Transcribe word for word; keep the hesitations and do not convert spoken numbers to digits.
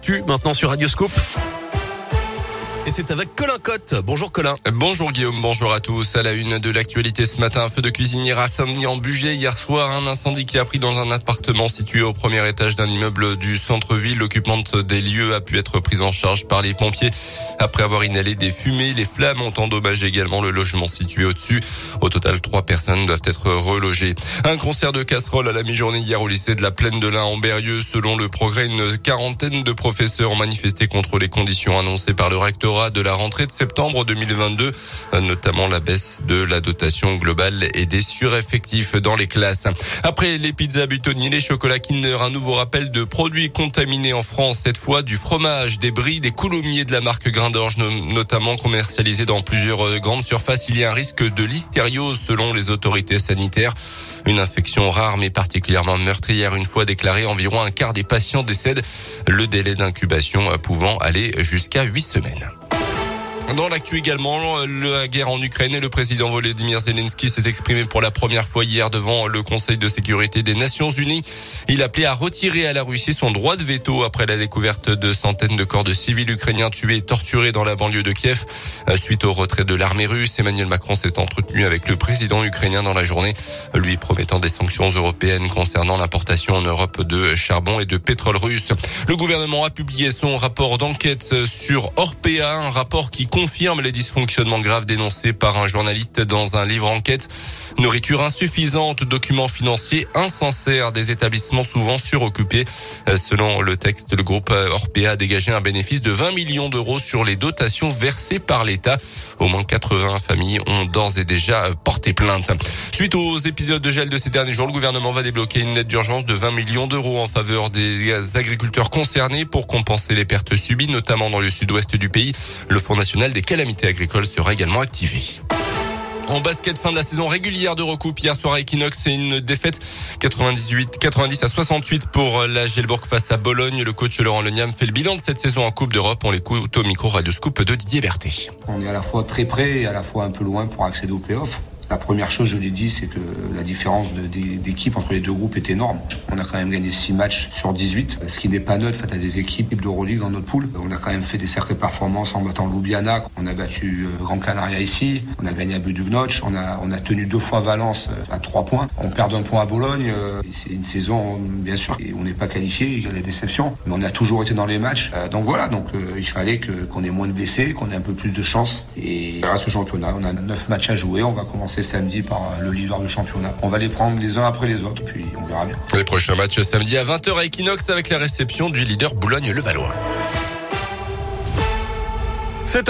l'actu maintenant sur Radioscope. Et c'est avec Colin Cotte. Bonjour Colin. Bonjour Guillaume, bonjour à tous. À la une de l'actualité ce matin, un feu de cuisinière à Saint-Denis en Bugey. Hier soir, un incendie qui a pris dans un appartement situé au premier étage d'un immeuble du centre-ville. L'occupante des lieux a pu être prise en charge par les pompiers. Après avoir inhalé des fumées, les flammes ont endommagé également le logement situé au-dessus. Au total, trois personnes doivent être relogées. Un concert de casseroles à la mi-journée hier au lycée de la Plaine de l'Ain en Berrieux. Selon le Progrès, une quarantaine de professeurs ont manifesté contre les conditions annoncées par le rectorat de la rentrée de septembre deux mille vingt-deux, notamment la baisse de la dotation globale et des sureffectifs dans les classes. Après les pizzas Buitoni, les chocolats Kinder, un nouveau rappel de produits contaminés en France, cette fois du fromage, des brie, des coulommiers de la marque Grain d'Orge, notamment commercialisés dans plusieurs grandes surfaces. Il y a un risque de listériose selon les autorités sanitaires. Une infection rare mais particulièrement meurtrière. Une fois déclarée, environ un quart des patients décèdent, le délai d'incubation pouvant aller jusqu'à huit semaines. Dans l'actu également, la guerre en Ukraine et le président Volodymyr Zelensky s'est exprimé pour la première fois hier devant le Conseil de sécurité des Nations Unies. Il appelait à retirer à la Russie son droit de veto après la découverte de centaines de corps de civils ukrainiens tués et torturés dans la banlieue de Kiev. Suite au retrait de l'armée russe, Emmanuel Macron s'est entretenu avec le président ukrainien dans la journée, lui promettant des sanctions européennes concernant l'importation en Europe de charbon et de pétrole russe. Le gouvernement a publié son rapport d'enquête sur Orpea, un rapport qui confirme les dysfonctionnements graves dénoncés par un journaliste dans un livre enquête. Nourriture insuffisante, documents financiers insincères, des établissements souvent suroccupés. Selon le texte, le groupe Orpea a dégagé un bénéfice de vingt millions d'euros sur les dotations versées par l'État. Au moins quatre-vingts familles ont d'ores et déjà porté plainte. Suite aux épisodes de gel de ces derniers jours, le gouvernement va débloquer une aide d'urgence de vingt millions d'euros en faveur des agriculteurs concernés pour compenser les pertes subies, notamment dans le sud-ouest du pays. Le Fonds national des calamités agricoles sera également activé. En basket, fin de la saison régulière de recoupe hier soir à Equinox, c'est une défaite quatre-vingt-dix-huit, quatre-vingt-dix à soixante-huit pour la Gielbourg face à Bologne. Le coach Laurent Leniam fait le bilan de cette saison en Coupe d'Europe. On l'écoute au micro Radioscoop de Didier Berthet. On est à la fois très près et à la fois un peu loin pour accéder aux playoffs. La première chose, je l'ai dit, c'est que la différence de, de, d'équipe entre les deux groupes est énorme. On a quand même gagné six matchs sur dix-huit, ce qui n'est pas neutre face à des équipes d'Euroleague dans notre poule. On a quand même fait des sacrées performances en battant Ljubljana. On a battu Gran Canaria ici. On a gagné à Budugnoc. On a, on a tenu deux fois Valence à trois points. On perd un point à Bologne. C'est une saison, bien sûr, et on n'est pas qualifié. Il y a des déceptions, mais on a toujours été dans les matchs. Donc voilà, donc euh, il fallait que, qu'on ait moins de blessés, qu'on ait un peu plus de chance. Et grâce au championnat, on a neuf matchs à jouer. On va commencer samedi par le leader du championnat. On va les prendre les uns après les autres, puis on verra bien. Les prochains matchs samedi à vingt heures à Equinox avec la réception du leader Boulogne-Levallois.